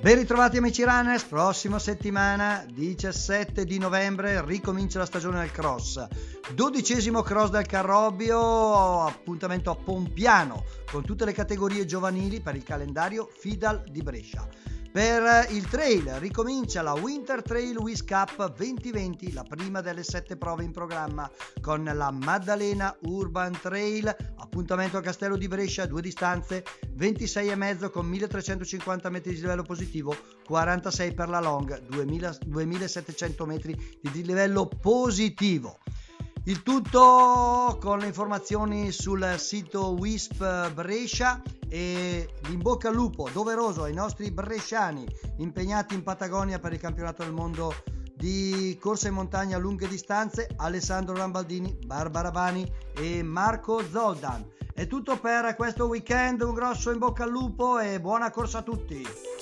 Ben ritrovati amici runners, prossima settimana 17 di novembre ricomincia la stagione del cross, 12° cross del Carrobbio, appuntamento a Pompiano con tutte le categorie giovanili per il calendario FIDAL di Brescia. Per il trail ricomincia la Winter Trail Wiz Cup 2020, la prima delle 7 prove in programma, con la Maddalena Urban Trail, appuntamento a Castello di Brescia, 2 distanze, 26,5 con 1350 metri di livello positivo, 46 per la long, 2700 metri di livello positivo. Il tutto con le informazioni sul sito WISP Brescia e in bocca al lupo doveroso ai nostri bresciani impegnati in Patagonia per il campionato del mondo di corsa in montagna a lunghe distanze, Alessandro Rambaldini, Barbara Bani e Marco Zoldan. È tutto per questo weekend, un grosso in bocca al lupo e buona corsa a tutti!